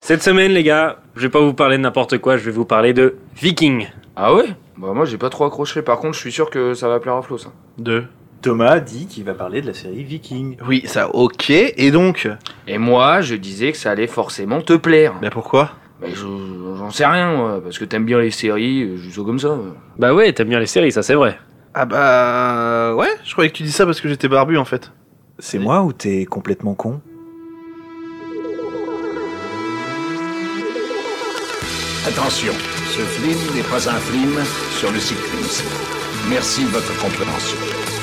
Cette semaine, les gars, je vais pas vous parler de n'importe quoi, je vais vous parler de Vikings. Ah ouais? Bah moi j'ai pas trop accroché, par contre je suis sûr que ça va plaire à Flo ça. Thomas dit qu'il va parler de la série Vikings. Oui, ça, ok. Et donc? Et moi je disais que ça allait forcément te plaire. Ben pourquoi? Bah j'en sais rien moi, parce que t'aimes bien les séries, juste comme ça. Bah ouais, t'aimes bien les séries, ça c'est vrai. Ah bah... Ouais, je croyais que tu dis ça parce que j'étais barbu en fait. C'est moi ou t'es complètement con? Attention, ce film n'est pas un film sur le cyclisme. Merci de votre compréhension.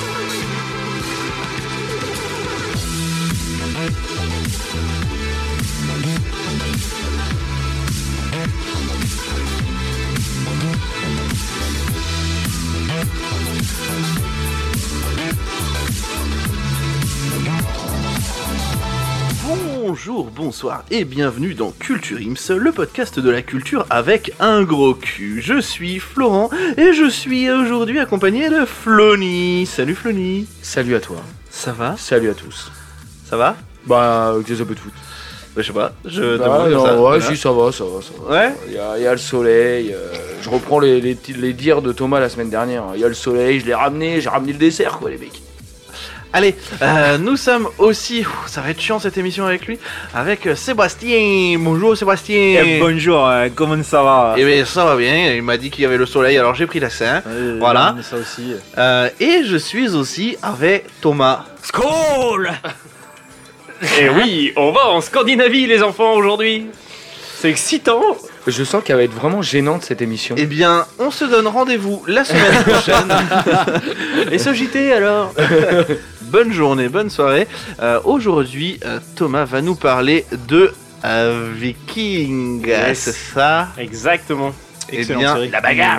Bonjour, bonsoir et bienvenue dans Culture Ims, le podcast de la culture avec un gros cul. Je suis Florent et je suis aujourd'hui accompagné de Flony. Salut Flony. Salut à toi. Ça va? Salut à tous. Ça va? Bah qu'est-ce que ça peut te foutre? Bah, je sais pas, je Ah, demande non, ça. ouais, Voilà. si ça va. Ouais? Il y a le soleil, je reprends les dires de Thomas la semaine dernière. Il y a le soleil, j'ai ramené le dessert quoi les mecs. Allez, nous sommes aussi, ça va être chiant cette émission avec lui, avec Sébastien. Bonjour Sébastien. Bonjour, comment ça va? Eh bien ça va bien, il m'a dit qu'il y avait le soleil alors j'ai pris la scène. Voilà. Mais ça aussi. Et je suis aussi avec Thomas. Skål. Et oui, on va en Scandinavie les enfants aujourd'hui. C'est excitant. Je sens qu'elle va être vraiment gênante cette émission. Eh bien, on se donne rendez-vous la semaine prochaine. Et ce JT alors? Bonne journée, bonne soirée. Aujourd'hui, Thomas va nous parler de Vikings. Yes. C'est ça? Exactement. Eh Excellente bien, série. la bagarre,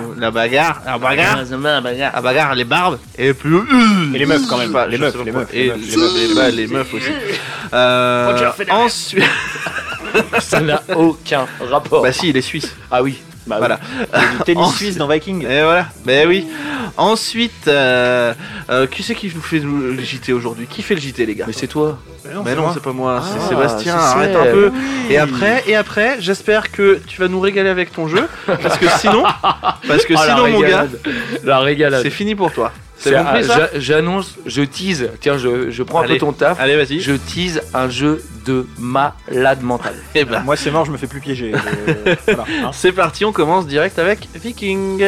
les barbes, et puis Et les meufs, quand même. Pas, Les je meufs, sais pas les quoi. meufs, Et les meufs aussi. Ensuite, Ça n'a aucun rapport. bah si, il est suisse. Ah oui. Bah Voilà. Du tennis suisse dans Vikings. Et voilà. Ben oui. Ensuite, qui c'est qui nous fait le JT aujourd'hui? Qui fait le JT, les gars? Mais c'est toi. Mais non, c'est pas moi, c'est Ah, Sébastien, c'est arrête Seb. un peu. Et après, j'espère que tu vas nous régaler avec ton jeu, parce que sinon, mon gars, La régalade. c'est fini pour toi. C'est C'est- compris ça? J'annonce, je tease. Tiens, je prends un Allez. peu ton taf. Allez, vas-y. Je tease un jeu de malade mental. Eh ben, Moi c'est mort, je me fais plus piéger. Voilà, hein. c'est parti, on commence direct avec Viking.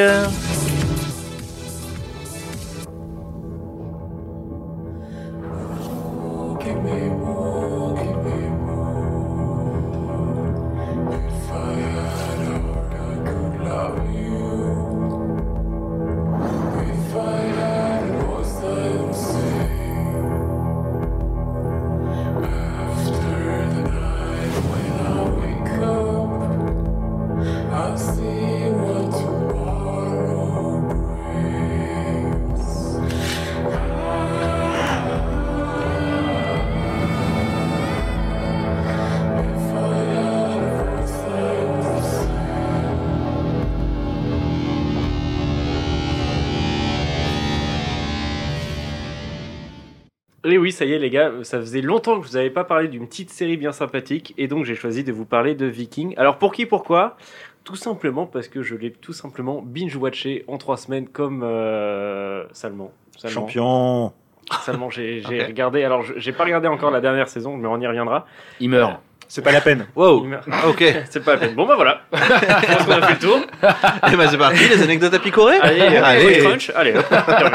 Et oui, ça y est les gars, ça faisait longtemps que je vous avais pas parlé d'une petite série bien sympathique et donc j'ai choisi de vous parler de Vikings. Alors pour qui, pourquoi? Tout simplement parce que je l'ai tout simplement binge-watché en 3 semaines comme Salman. Champion. Salman, j'ai Ok. regardé, alors j'ai pas regardé encore la dernière saison, mais on y reviendra. Il meurt. C'est pas la peine. Wow. Il meurt. Ok. C'est pas la peine. Bon bah voilà, je pense qu'on a fait le tour. Et ben c'est parti, les anecdotes à picorer. Allez, crunch, allez hop.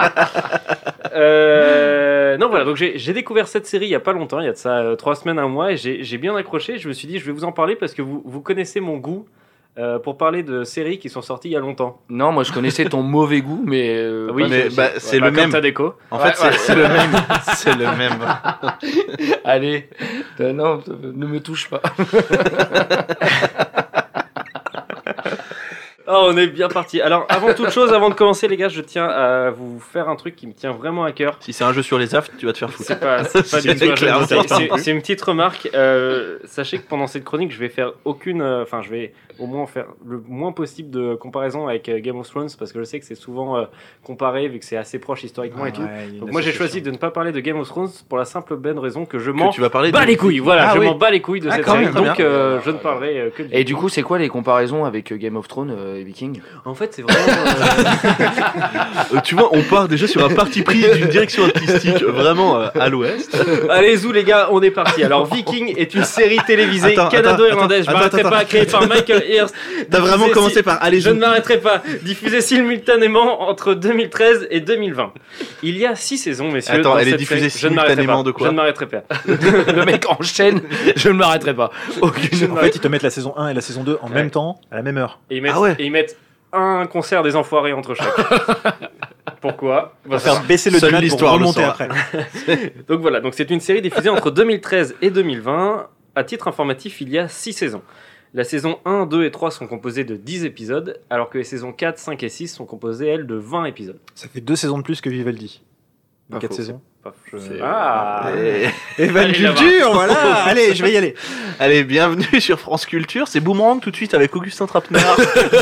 Non voilà, donc j'ai découvert cette série il y a pas longtemps, il y a de ça 3 semaines, un mois, et j'ai bien accroché. Je me suis dit, je vais vous en parler parce que vous connaissez mon goût pour parler de séries qui sont sorties il y a longtemps. Non, moi je connaissais ton mauvais goût, mais. Oui, mais je- bah, c'est bah, le comme même. ta déco. En fait, c'est le même. C'est le même. Allez, non, ne me touche pas. Oh on est bien parti. Alors, avant toute chose, avant de commencer, les gars, je tiens à vous faire un truc qui me tient vraiment à cœur. Si c'est un jeu sur les aftes, tu vas te faire foutre. C'est pas du tout un jeu de mots. C'est une petite remarque. Sachez que pendant cette chronique, je vais faire je vais au moins faire le moins possible de comparaison avec Game of Thrones parce que je sais que c'est souvent comparé vu que c'est assez proche historiquement et tout. Donc moi, j'ai choisi de ne pas parler de Game of Thrones pour la simple bonne raison que je m'en Tu vas parler bats les couilles. Voilà, Ah je oui. m'en bats les couilles de cette quand série. même, Donc très je ne parlerai que de Et du coup, c'est quoi les comparaisons avec Game of Thrones et Viking? En fait, c'est vraiment. Tu vois, on part déjà sur un parti pris d'une direction artistique vraiment à l'ouest. Allez, zou les gars, on est parti. Alors, Viking est une série télévisée Attends, canado-irlandaise. Je attends, m'arrêterai attends, pas, créée par Michael Hirst. T'as vraiment Diffusée commencé par allez, Je ne m'arrêterai pas. Diffusée simultanément entre 2013 et 2020. Il y a 6 saisons, messieurs. Attends, dans elle est cette diffusée série. Je ne m'arrêterai simultanément pas. de quoi Je ne m'arrêterai pas. Le mec enchaîne, je ne m'arrêterai pas. En fait, ils te mettent la saison 1 et la saison 2 en même temps, à la même heure. Et Ah ouais. ils mettent un concert des enfoirés entre chaque. Pourquoi On va faire baisser le Seule divan pour l'histoire le remonter saura. après. Donc voilà, donc c'est une série diffusée entre 2013 et 2020. À titre informatif, il y a 6 saisons. La saison 1, 2 et 3 sont composées de 10 épisodes, alors que les saisons 4, 5 et 6 sont composées, elles, de 20 épisodes. Ça fait 2 saisons de plus que Vivaldi. Pas 4 faux, saisons. Ah Et Van Allez, là-bas. Culture, voilà. Allez, je vais y aller. Allez, bienvenue sur France Culture. C'est Boomerang tout de suite avec Augustin Trapenard.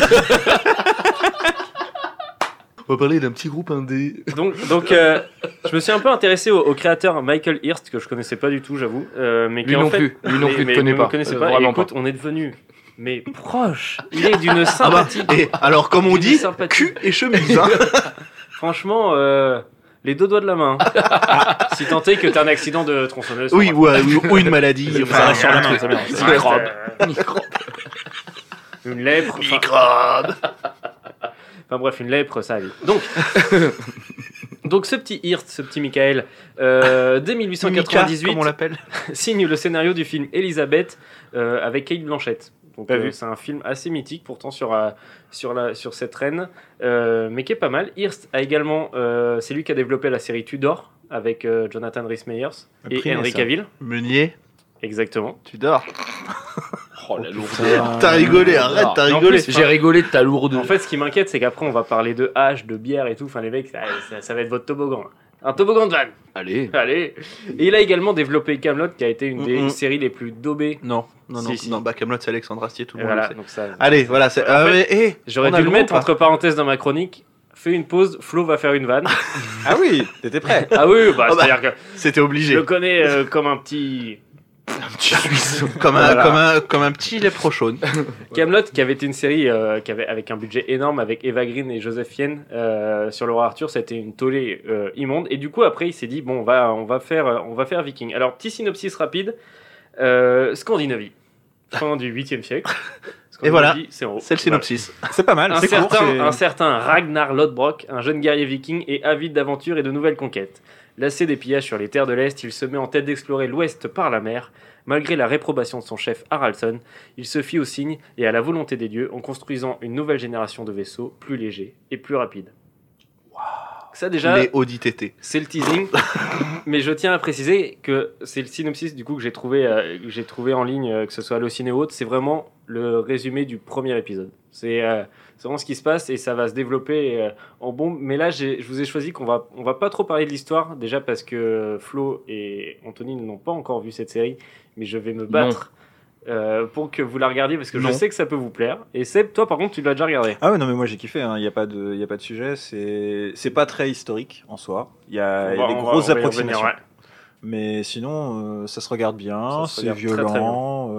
On va parler d'un petit groupe indé. Donc je me suis un peu intéressé au créateur Michael Hirst, que je connaissais pas du tout, j'avoue. Mais qui Lui en non fait, plus, lui non plus, mais ne connais vous pas. me connaissez pas. Et Vraiment écoute, pas. on est devenu mais proche. Il est d'une Ah bah, sympathie. et alors comme on D'une dit, sympathie. cul et chemise. Hein. Franchement, les 2 doigts de la main. Si tant est que t'as un accident de tronçonneuse. Oui, ouais, ou une maladie. Ça reste sur la main, ça va. Microbe. Une lèpre. enfin- Microbe. Enfin bref, une lèpre, ça arrive. Donc ce petit Hirst, ce petit Michael, dès 1898, comme on l'appelle. signe le scénario du film Elisabeth avec Kate Blanchett. Donc Pas vu. c'est un film assez mythique pourtant sur cette reine, mais qui est pas mal. Hirst a également, c'est lui qui a développé la série Tudor avec Jonathan Rhys-Meyers et Primé, Henry ça. Cavill. Meunier, Exactement. tu dors. Oh la lourdeur. T'as rigolé, arrête, t'as En rigolé. plus, J'ai rigolé de ta lourde. En fait, ce qui m'inquiète, c'est qu'après, on va parler de hache, de bière et tout. Enfin, les mecs, ça va être votre toboggan. Un toboggan de van. Allez. Allez. Et il a également développé Kaamelott, qui a été une des Mhm. séries les plus daubées. Non, Si. non, bah Kaamelott, c'est Alexandre Astier, tout Et le monde voilà, le sait. donc ça. Allez, voilà, c'est. En fait, mais, hé, J'aurais on a dû le le droit mettre ou pas entre parenthèses dans ma chronique. Fais une pause, Flo va faire une vanne. Ah oui, t'étais prêt. Ah oui, bah, Ah bah, c'est-à-dire que C'était je obligé. le connais comme un petit. Comme Voilà. comme un petit lèpre jaune. Kaamelott, qui avait été une série avec un budget énorme avec Eva Green et Joseph Fiennes sur le roi Arthur, ça a été une tollée immonde. Et du coup, après, il s'est dit bon, on va faire Viking. Alors, petit synopsis rapide. Scandinavie, fin du 8e siècle. Et voilà, Scandinavie, c'est en haut. c'est le synopsis. C'est pas mal, Un c'est court. certain, c'est- un certain Ragnar Lodbrok, un jeune guerrier viking et avide d'aventures et de nouvelles conquêtes. Lassé des pillages sur les terres de l'Est, il se met en tête d'explorer l'Ouest par la mer. Malgré la réprobation de son chef Haraldsson, il se fie au signe et à la volonté des dieux en construisant une nouvelle génération de vaisseaux plus légers et plus rapides. Ça déjà, Les Audi TT. c'est le teasing, mais je tiens à préciser que c'est le synopsis du coup que j'ai trouvé en ligne, que ce soit Allociné ou autre, c'est vraiment le résumé du premier épisode. C'est vraiment ce qui se passe et ça va se développer en bombe. Mais là, je vous ai choisi qu'on va pas trop parler de l'histoire, déjà parce que Flo et Anthony n'ont pas encore vu cette série, mais je vais me battre pour que vous la regardiez parce que Non. je sais que ça peut vous plaire. Et Seb, toi par contre, tu l'as déjà regardé. Ah ouais, non mais moi j'ai kiffé, il n'y a pas de sujet, c'est pas très historique en soi, il y a des grosses on va y approximations. revenir, ouais. Mais sinon, ça se regarde bien, Ça se c'est regarde très, très violent.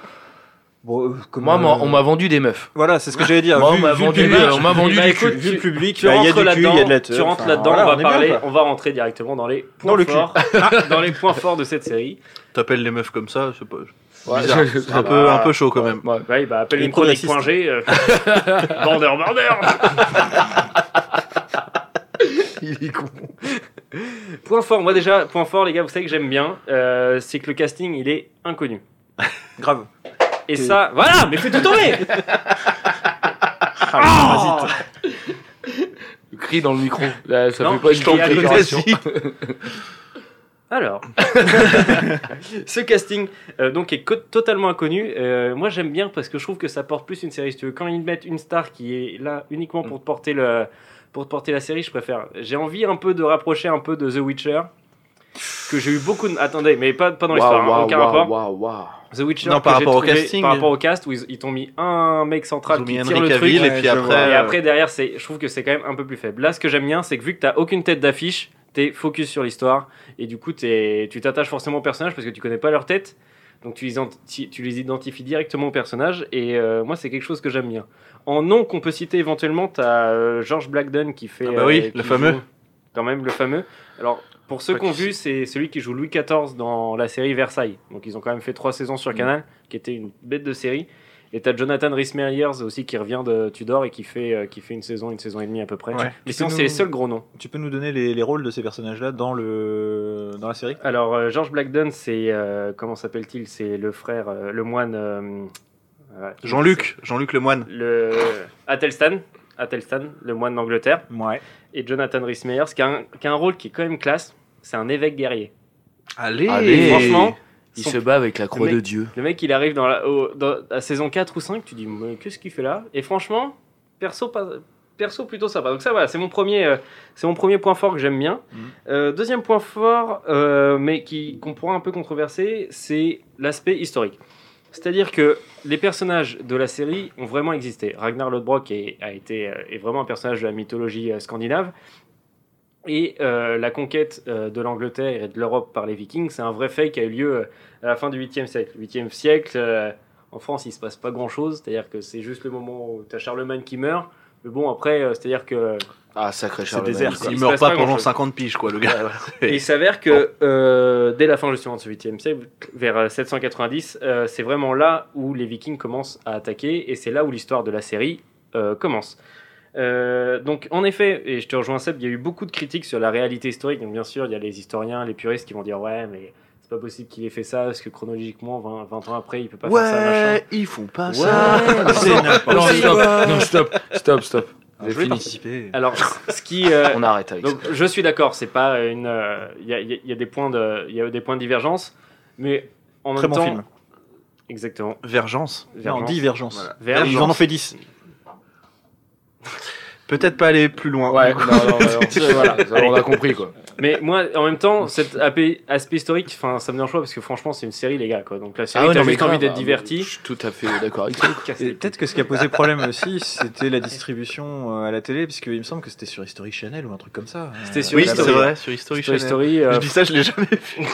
Comme, Moi, on m'a vendu des meufs. Voilà, c'est ce que j'allais dire. Moi, on Vu m'a le vendu, public, on m'a vendu Bah, du écoute, cul. vu le public, Tu bah, il y a rentres du cul, il y a de la là-dedans, teuf. tu rentres enfin, là-dedans, voilà, on on va est bien, parler, quoi. on va rentrer directement dans les points Dans le cul. forts, dans les points forts de cette série. T'appelles les meufs comme ça, c'est pas. Ouais, bizarre. C'est un peu chaud quand même. Ouais. Ouais, bah appelle Et une chronique progressiste. point G. Border. Il est con. Point fort, moi déjà, point fort les gars, vous savez que j'aime bien, c'est que le casting il est inconnu. Grave. Et ça, voilà, mais fais tout tomber. Ah, Le cri dans le micro. Là, ça Non, fait pas je une t'en prie, déclaration. Alors, ce casting donc est totalement inconnu. Moi, j'aime bien parce que je trouve que ça porte plus une série. Si tu veux, quand ils mettent une star qui est là uniquement pour te porter la série, je préfère. J'ai envie un peu de rapprocher un peu de The Witcher, que j'ai eu beaucoup de... Attendez, mais pas dans l'histoire, aucun rapport. The Witcher, non, par rapport au casting, par rapport au cast, où ils t'ont mis un mec central qui tire le truc, et puis après derrière, je trouve que c'est quand même un peu plus faible. Là, ce que j'aime bien, c'est que vu que t'as aucune tête d'affiche, t'es focus sur l'histoire, et du coup, tu t'attaches forcément au personnage parce que tu connais pas leur tête, donc tu les identifies directement au personnage, et moi, c'est quelque chose que j'aime bien. En nom qu'on peut citer éventuellement, t'as George Blackden qui fait... le fameux. Quand même, le fameux. Alors... Pour ceux qui ont vu, c'est celui qui joue Louis XIV dans la série Versailles. Donc ils ont quand même fait 3 saisons sur Canal, qui était une bête de série. Et t'as Jonathan Rhys-Meyers aussi qui revient de Tudor et qui fait une saison et demie à peu près. Ouais. Mais sinon, c'est les seuls gros noms. Tu peux nous donner les rôles de ces personnages-là dans la série ? Alors, George Blackden, c'est... comment s'appelle-t-il ? C'est le frère, le moine... Jean-Luc le moine. Athelstan, le moine d'Angleterre. Ouais. Et Jonathan Rhys-Meyers, qui a un rôle qui est quand même classe. C'est un évêque guerrier. Allez, franchement, il se bat avec la croix de Dieu. Le mec, il arrive dans la saison 4 ou 5, tu dis, mais qu'est-ce qu'il fait là ? Et franchement, perso plutôt sympa. Donc ça, voilà, c'est mon premier point fort que j'aime bien. Deuxième point fort, mais qu'on pourra un peu controverser, c'est l'aspect historique. C'est-à-dire que les personnages de la série ont vraiment existé. Ragnar Lodbrok est vraiment un personnage de la mythologie scandinave. Et la conquête de l'Angleterre et de l'Europe par les Vikings, c'est un vrai fait qui a eu lieu à la fin du 8e siècle. 8e siècle, en France, il se passe pas grand-chose, c'est-à-dire que c'est juste le moment où tu as Charlemagne qui meurt. Mais bon, après, c'est-à-dire que... Ah, sacré Charlemagne. C'est désert, quoi. Il meurt pas pendant 50 piges, quoi, le gars. Et il s'avère que dès la fin justement de ce 8e siècle, vers 790, c'est vraiment là où les Vikings commencent à attaquer, et c'est là où l'histoire de la série commence. Donc en effet, et je te rejoins Seb, il y a eu beaucoup de critiques sur la réalité historique. Donc bien sûr, il y a les historiens, les puristes qui vont dire ouais, mais c'est pas possible qu'il ait fait ça parce que chronologiquement 20 ans après il peut pas faire ça, machin. Ils font pas ça. C'est n'importe quoi. Non, stop. Je vais participer. Alors ce qui on arrête avec donc ça. je suis d'accord, c'est pas une il y a des points de divergence, mais en Très même bon temps film. exactement. Non, Divergence. Voilà. Ils en ont fait 10. Peut-être pas aller plus loin. Ouais, non, voilà, on a compris quoi. Mais moi, en même temps, cet aspect historique, ça me dérange pas parce que franchement, c'est une série, les gars, quoi. Donc la série, t'as juste envie d'être diverti. Je suis tout à fait d'accord avec toi. Et peut-être que ce qui a posé problème aussi, c'était la distribution à la télé, parce qu'il me semble que c'était sur History Channel ou un truc comme ça. C'était sur Oui, History. c'est vrai, sur History Toy Channel. Story, Je dis ça, je l'ai jamais vu.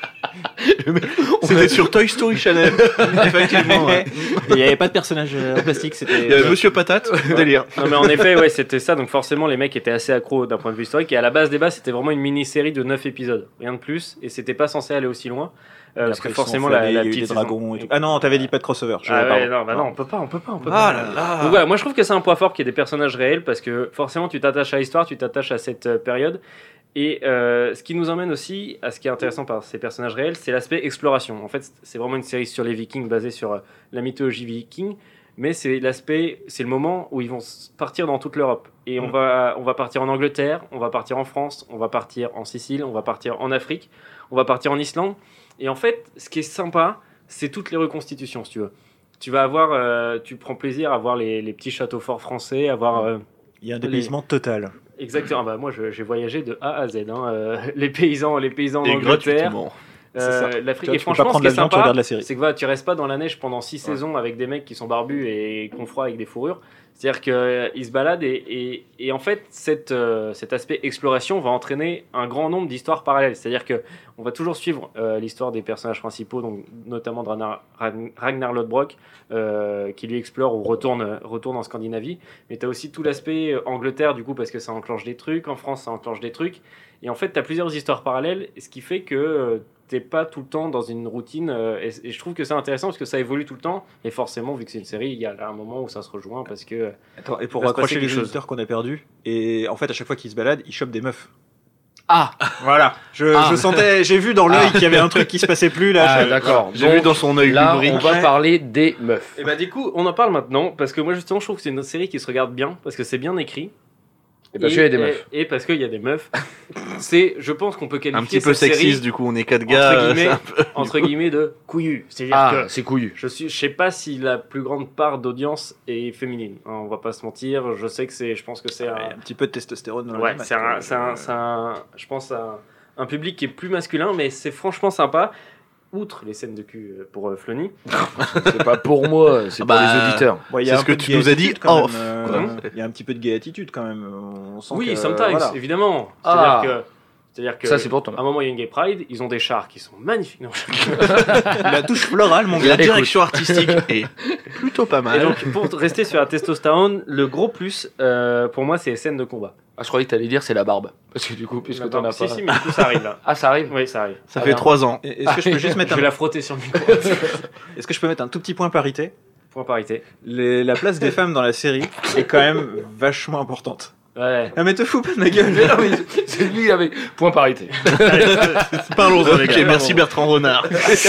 C'était sur Toy Story Channel. Effectivement. Ouais. Il n'y avait pas de personnage en plastique, c'était. Il y avait Monsieur Patate, délire. Non mais en effet, ouais, c'était ça. Donc forcément, les mecs étaient assez accros d'un point de vue historique. Et à la base des bases, c'était vraiment une mini-série de 9 épisodes, rien de plus. Et c'était pas censé aller aussi loin. Parce que forcément, la petite saison... dragons et tout. Ah non, t'avais dit pas de crossover. Non, on peut pas. Ah là là. Donc voilà, moi je trouve que c'est un point fort qu'il y ait des personnages réels parce que forcément, tu t'attaches à l'histoire, tu t'attaches à cette période. Et ce qui nous emmène aussi à ce qui est intéressant par ces personnages réels, c'est l'aspect exploration. En fait, c'est vraiment une série sur les Vikings basée sur la mythologie viking, mais c'est le moment où ils vont partir dans toute l'Europe. Et on va partir en Angleterre, on va partir en France, on va partir en Sicile, on va partir en Afrique, on va partir en Islande. Et en fait, ce qui est sympa, c'est toutes les reconstitutions, si tu veux. Tu vas avoir, tu prends plaisir à voir les petits châteaux forts français, à voir... Il y a un dépaysement total. Exactement. Bah, moi, j'ai voyagé de A à Z. Les paysans en Angleterre. L'Afrique. Et franchement, ce qui est sympa, c'est que tu restes pas dans la neige pendant 6 saisons avec des mecs qui sont barbus et qu'on froid avec des fourrures. C'est-à-dire qu'ils se baladent et en fait, cet aspect exploration va entraîner un grand nombre d'histoires parallèles. C'est-à-dire qu'on va toujours suivre l'histoire des personnages principaux, donc notamment de Ragnar Lodbrok, qui lui explore ou retourne en Scandinavie. Mais tu as aussi tout l'aspect Angleterre, du coup, parce que ça enclenche des trucs. En France, ça enclenche des trucs. Et en fait, tu as plusieurs histoires parallèles, ce qui fait que t'es pas tout le temps dans une routine. Et je trouve que c'est intéressant parce que ça évolue tout le temps. Et forcément, vu que c'est une série, il y a là un moment où ça se rejoint parce que... Attends, et pour raccrocher les auditeurs qu'on a perdus, et en fait, à chaque fois qu'ils se baladent, ils chopent des meufs. Ah, voilà. Je sentais, j'ai vu dans l'œil qu'il y avait un truc qui se passait plus là. Ah, d'accord. J'ai vu dans son œil là, lubrique. on va parler des meufs. Et bah du coup, on en parle maintenant parce que moi justement, je trouve que c'est une série qui se regarde bien parce que c'est bien écrit. Et parce qu'il y a des meufs. Et parce qu'il y a des meufs. Je pense qu'on peut qualifier Un petit peu cette sexiste, série, du coup, on est 4 gars. entre guillemets de couillu. C'est-à-dire Ah, que c'est couillu. je sais pas si la plus grande part d'audience est féminine. On va pas se mentir. Je sais que je pense que c'est Il y a un petit peu de testostérone dans la ouais, vie, je pense un public qui est plus masculin, mais c'est franchement sympa. Outre les scènes de cul pour Flony. C'est pas pour moi, c'est pour les auditeurs. Bon, il y C'est a ce un que peu de tu gay nous as dit attitude quand off. même, il y a un petit peu de gay attitude quand même. On sent Oui, que, sometimes, voilà. évidemment. Ah. C'est-à-dire que Ça, c'est pour toi. à un moment, il y a une gay pride, ils ont des chars qui sont magnifiques. Non, La touche florale, mon La gars. direction artistique est plutôt pas Et mal. donc, pour rester sur la testostérone, le gros plus, pour moi, c'est les scènes de combat. Ah, je croyais que t'allais dire c'est la barbe. Parce que du coup, puisque t'en as Si, pas. si, mais du coup, ça arrive là. Ah, ça arrive. Oui, ça arrive. Ça Ah, fait bien. 3 ans. Est-ce que je peux juste mettre Je vais un... la frotter sur le micro. Est-ce que je peux mettre un tout petit point parité? Point parité. La place des femmes dans la série est quand même vachement importante. Ouais. Non mais te fous pas de ma gueule. Mais non, mais c'est lui avec point parité. Parlons-en, les Ok, gars. Merci Bertrand Renard.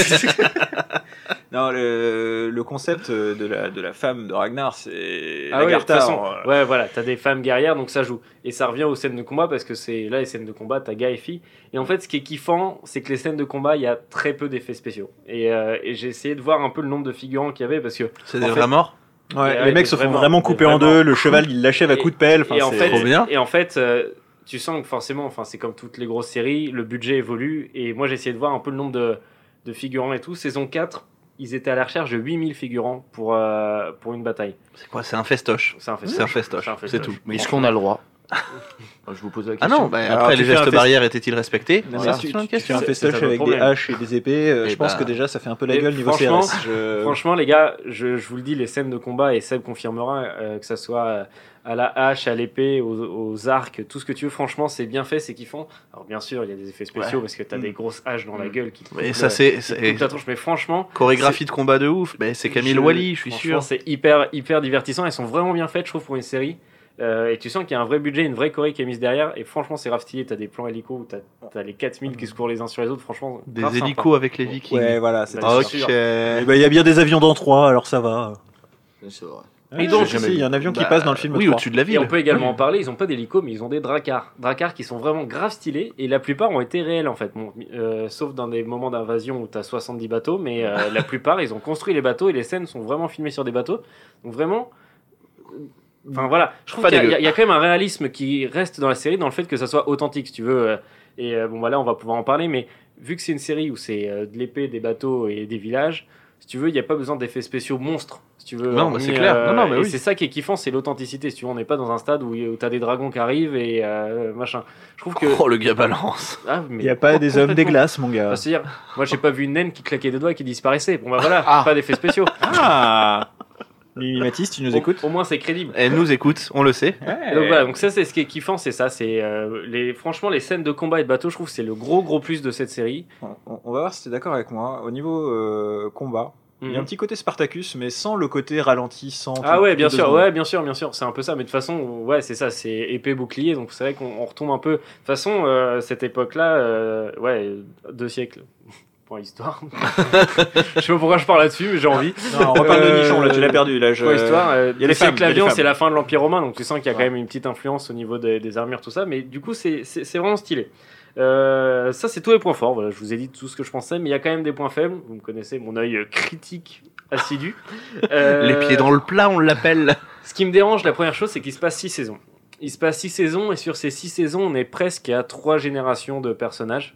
Non, le concept de la femme de Ragnar, c'est Ah la ouais, de toute Gartar. façon, ouais, voilà, t'as des femmes guerrières, donc ça joue. Et ça revient aux scènes de combat, parce que c'est là, les scènes de combat, t'as gars et filles. Et en fait, ce qui est kiffant, c'est que les scènes de combat, il y a très peu d'effets spéciaux. Et j'ai essayé de voir un peu le nombre de figurants qu'il y avait, parce que... C'est En des fait- vrais morts. Ouais, Ouais, les mecs se font vraiment, vraiment couper en vraiment. deux, le cheval il l'achève à coups de pelle. Enfin, et en c'est- fait, trop bien. Et en fait, tu sens que forcément, enfin, c'est comme toutes les grosses séries, le budget évolue. Et moi, j'ai essayé de voir un peu le nombre de figurants et tout. Saison 4, ils étaient à la recherche de 8000 figurants pour une bataille. C'est quoi? C'est un festoche. C'est un C'est un festoche. festoche. C'est un festoche. C'est tout. Mais est-ce qu'on a le droit? Je vous pose la Ah question. non, bah, Alors, après tu les fais un gestes fest- barrières étaient-ils respectés? Non, mais Voilà, si c'est une tu question. fais un C'est festoche un autre avec des problème. haches et des épées, Et je pense bah. que déjà ça fait un peu la Et gueule niveau franchement- CRS. Franchement, les gars, je vous le dis, les scènes de combat, et Seb confirmera, que ça soit à la hache, à l'épée, aux arcs, tout ce que tu veux, franchement, c'est bien fait, c'est kiffant. Alors, bien sûr, il y a des effets spéciaux parce que t'as des grosses haches dans la gueule qui te Mais coupent, ça, c'est qui te coupent ta tronche, mais franchement, chorégraphie de combat de ouf. Mais c'est Camille Wally, je suis franchement, sûr. c'est hyper divertissant. Elles sont vraiment bien faites, je trouve, pour une série. Et tu sens qu'il y a un vrai budget, une vraie choré qui est mise derrière. Et franchement, c'est grave stylé. T'as des plans hélicos où t'as les 4000 qui se courent les uns sur les autres. Franchement, Des grave sympa. hélicos avec les Vikings. Ouais, voilà, c'est Bah, ça. sûr. Ok. Eh ben, il y a bien des avions dans 3, alors ça va. C'est vrai. Et donc, il y a un avion qui passe dans le film Oui, 3. au-dessus de la Et ville. on peut également en parler, ils ont pas d'hélico, mais ils ont des dracars. Dracars qui sont vraiment grave stylés, et la plupart ont été réels en fait. Bon, sauf dans des moments d'invasion où tu as 70 bateaux, mais la plupart, ils ont construit les bateaux, et les scènes sont vraiment filmées sur des bateaux. Donc vraiment... Enfin voilà, je trouve Pas qu'il y a- dégueu. il y a quand même un réalisme qui reste dans la série, dans le fait que ça soit authentique, si tu veux. Bon, voilà, on va pouvoir en parler, mais vu que c'est une série où c'est de l'épée, des bateaux et des villages, si tu veux, il n'y a pas besoin d'effets spéciaux monstres, si tu veux. Non, mais c'est clair. Non, mais et oui. c'est ça qui est kiffant, c'est l'authenticité. Si tu veux, on n'est pas dans un stade où tu as des dragons qui arrivent et machin. Je trouve que. Oh, le gars balance. Ah, mais Il n'y a pas des hommes des complètement. glaces, mon gars. Enfin, c'est-à-dire, moi, j'ai pas vu une naine qui claquait des doigts et qui disparaissait. Bon, bah voilà, Ah. pas d'effets spéciaux. Ah Mimi Mathis, tu nous écoutes Au moins, c'est crédible. Elle nous écoute, on le sait. Et donc voilà, donc ça c'est ce qui est kiffant, c'est ça, c'est franchement les scènes de combat et de bateau, je trouve que c'est le gros plus de cette série. On va voir si tu es d'accord avec moi. Au niveau combat, il y a un Mhm. petit côté Spartacus, mais sans le côté ralenti, sans. Ah ouais, bien toutes les sûr, secondes. ouais, bien sûr, c'est un peu ça, mais de toute façon, ouais, c'est ça, c'est épée bouclier, donc c'est vrai qu'on retombe un peu. De toute façon, cette époque-là, ouais, 2 siècles. Pour l'histoire. Je sais pas pourquoi je parle là-dessus, mais j'ai envie. Non, on reparle de nichon, là, tu l'as perdu. Là, Pour l'histoire, il y a les femmes, il y a les Clavion, femmes. c'est la fin de l'Empire romain, donc tu sens qu'il y a quand Ouais. même une petite influence au niveau des armures, tout ça, mais du coup, c'est vraiment stylé. Ça, c'est tous les points forts. Voilà, je vous ai dit tout ce que je pensais, mais il y a quand même des points faibles. Vous me connaissez, mon œil critique assidu. Les pieds dans le plat, on l'appelle. Ce qui me dérange, la première chose, c'est qu'il se passe 6 saisons. Il se passe 6 saisons, et sur ces 6 saisons, on est presque à 3 générations de personnages.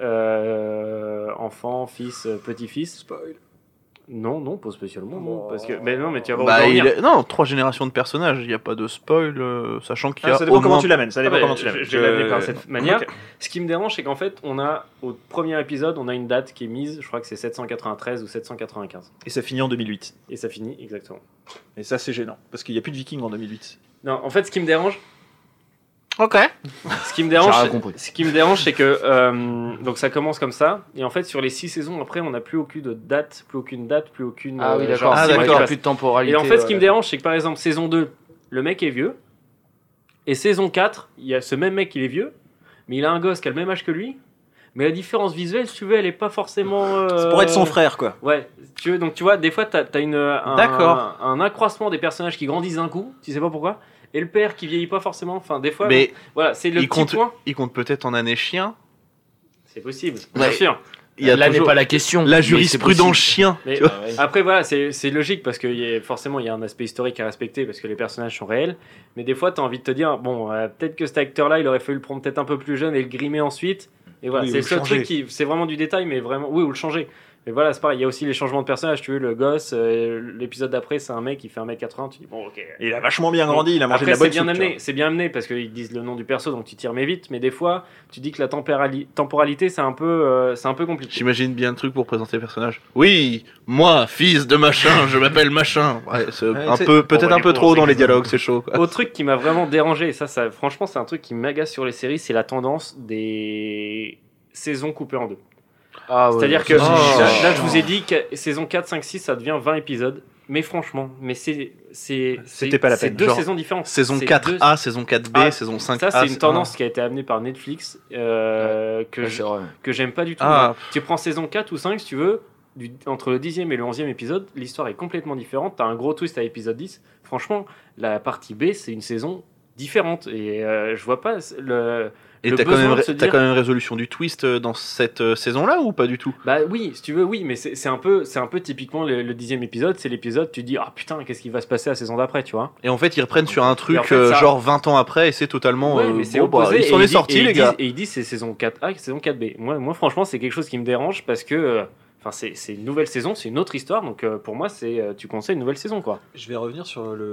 Enfants, fils, petit-fils. Spoil. Non, pas spécialement. Non, parce que, mais non, mais tu vas voir où Bah, je veux en venir. non, 3 générations de personnages, il n'y a pas de spoil, sachant qu'il y a Ça dépend au comment moins... tu l'amènes. Ça Ah dépend bah, comment tu l'amènes. je vais l'amener par Je- cette manière. Ok. Ce qui me dérange, c'est qu'en fait, on a au premier épisode, on a une date qui est mise. Je crois que c'est 793 ou 795. Et ça finit en 2008. Et ça finit exactement. Et ça, c'est gênant. Parce qu'il n'y a plus de vikings en 2008. Non, en fait, ce qui me dérange, Ok. ce qui me dérange, J'ai rien compris. ce qui me dérange, c'est que donc ça commence comme ça, et en fait, sur les 6 saisons après, on n'a plus aucune date, plus aucune. Ah oui, genre, d'accord. Ah, six mois qui d'accord. passent. Plus de temporalité. Et en fait, ce qui me dérange, c'est que par exemple, saison 2, le mec est vieux. Et saison 4, il y a ce même mec, il est vieux. Mais il a un gosse qui a le même âge que lui. Mais la différence visuelle, si tu veux, elle est pas forcément. C'est pour être son frère, quoi. Ouais, si tu veux, donc tu vois, des fois, t'as D'accord. un accroissement des personnages qui grandissent d'un coup, tu sais pas pourquoi. et le père qui vieillit pas forcément. Enfin, des fois, Mais voilà, c'est le petit point. il compte peut-être en année chien. C'est possible, Ouais. bien sûr. Il y a Là n'est toujours pas la question. la mais jurisprudence c'est chien. Mais tu vois. après, voilà, c'est logique parce que forcément, il y a un aspect historique à respecter parce que les personnages sont réels. Mais des fois, tu as envie de te dire, bon, peut-être que cet acteur-là, il aurait fallu le prendre peut-être un peu plus jeune et le grimer ensuite. Et voilà, Oui, c'est ou le seul le changer. truc qui. C'est vraiment du détail, mais vraiment. Oui, ou le changer. Mais voilà, c'est pareil. Il y a aussi les changements de personnages. Tu vois, le gosse, l'épisode d'après, c'est un mec, il fait 1m80. Tu dis, bon, ok. Il a vachement bien grandi, il a mangé Après, de la bonne c'est bien soupe, tu amené, c'est bien amené parce qu'ils disent le nom du perso, donc tu tires mais vite. Mais des fois, tu dis que la temporalité, c'est un peu compliqué. J'imagine bien le truc pour présenter le personnage. Oui, moi, fils de machin, je m'appelle machin. Ouais, c'est un c'est- peu, peut-être bah, un du peu coup, trop on dans sait les que- dialogues, c'est chaud. Quoi. Autre truc qui m'a vraiment dérangé, et ça franchement, c'est un truc qui m'agace sur les séries, c'est la tendance des saisons coupées en deux. Ah, ouais, C'est-à-dire que ça, là, je vous ai dit que saison 4, 5, 6, ça devient 20 épisodes. Mais franchement, C'était pas la c'est peine. deux Genre, saisons différentes. Saison C'est 4A, saison 4B, Ah, saison 5A. Ça, c'est une tendance qui a été amenée par Netflix Ouais, c'est vrai. que j'aime pas du tout. Ah. Tu prends saison 4 ou 5, si tu veux, entre le 10e et le 11e épisode, l'histoire est complètement différente. T'as un gros twist à l'épisode 10. Franchement, la partie B, c'est une saison différente. Et je vois pas Et le t'as quand, besoin même, de se t'as dire- quand même résolution du twist dans cette saison-là ou pas du tout? Bah oui, si tu veux, oui, mais c'est un peu typiquement le 10e épisode. C'est l'épisode, tu dis, ah putain, qu'est-ce qui va se passer la saison d'après, tu vois. Et en fait, ils reprennent sur un truc en fait, ça- genre 20 ans après et c'est totalement. Ouais, mais c'est bon, bah, opposé. il s'en et est dit- sorti, et les ils gars. disent- Et ils disent c'est saison 4A, saison 4B. Moi, franchement, c'est quelque chose qui me dérange parce que. Enfin, c'est une nouvelle saison, c'est une autre histoire, donc pour moi, tu conseilles une nouvelle saison, quoi. Je vais revenir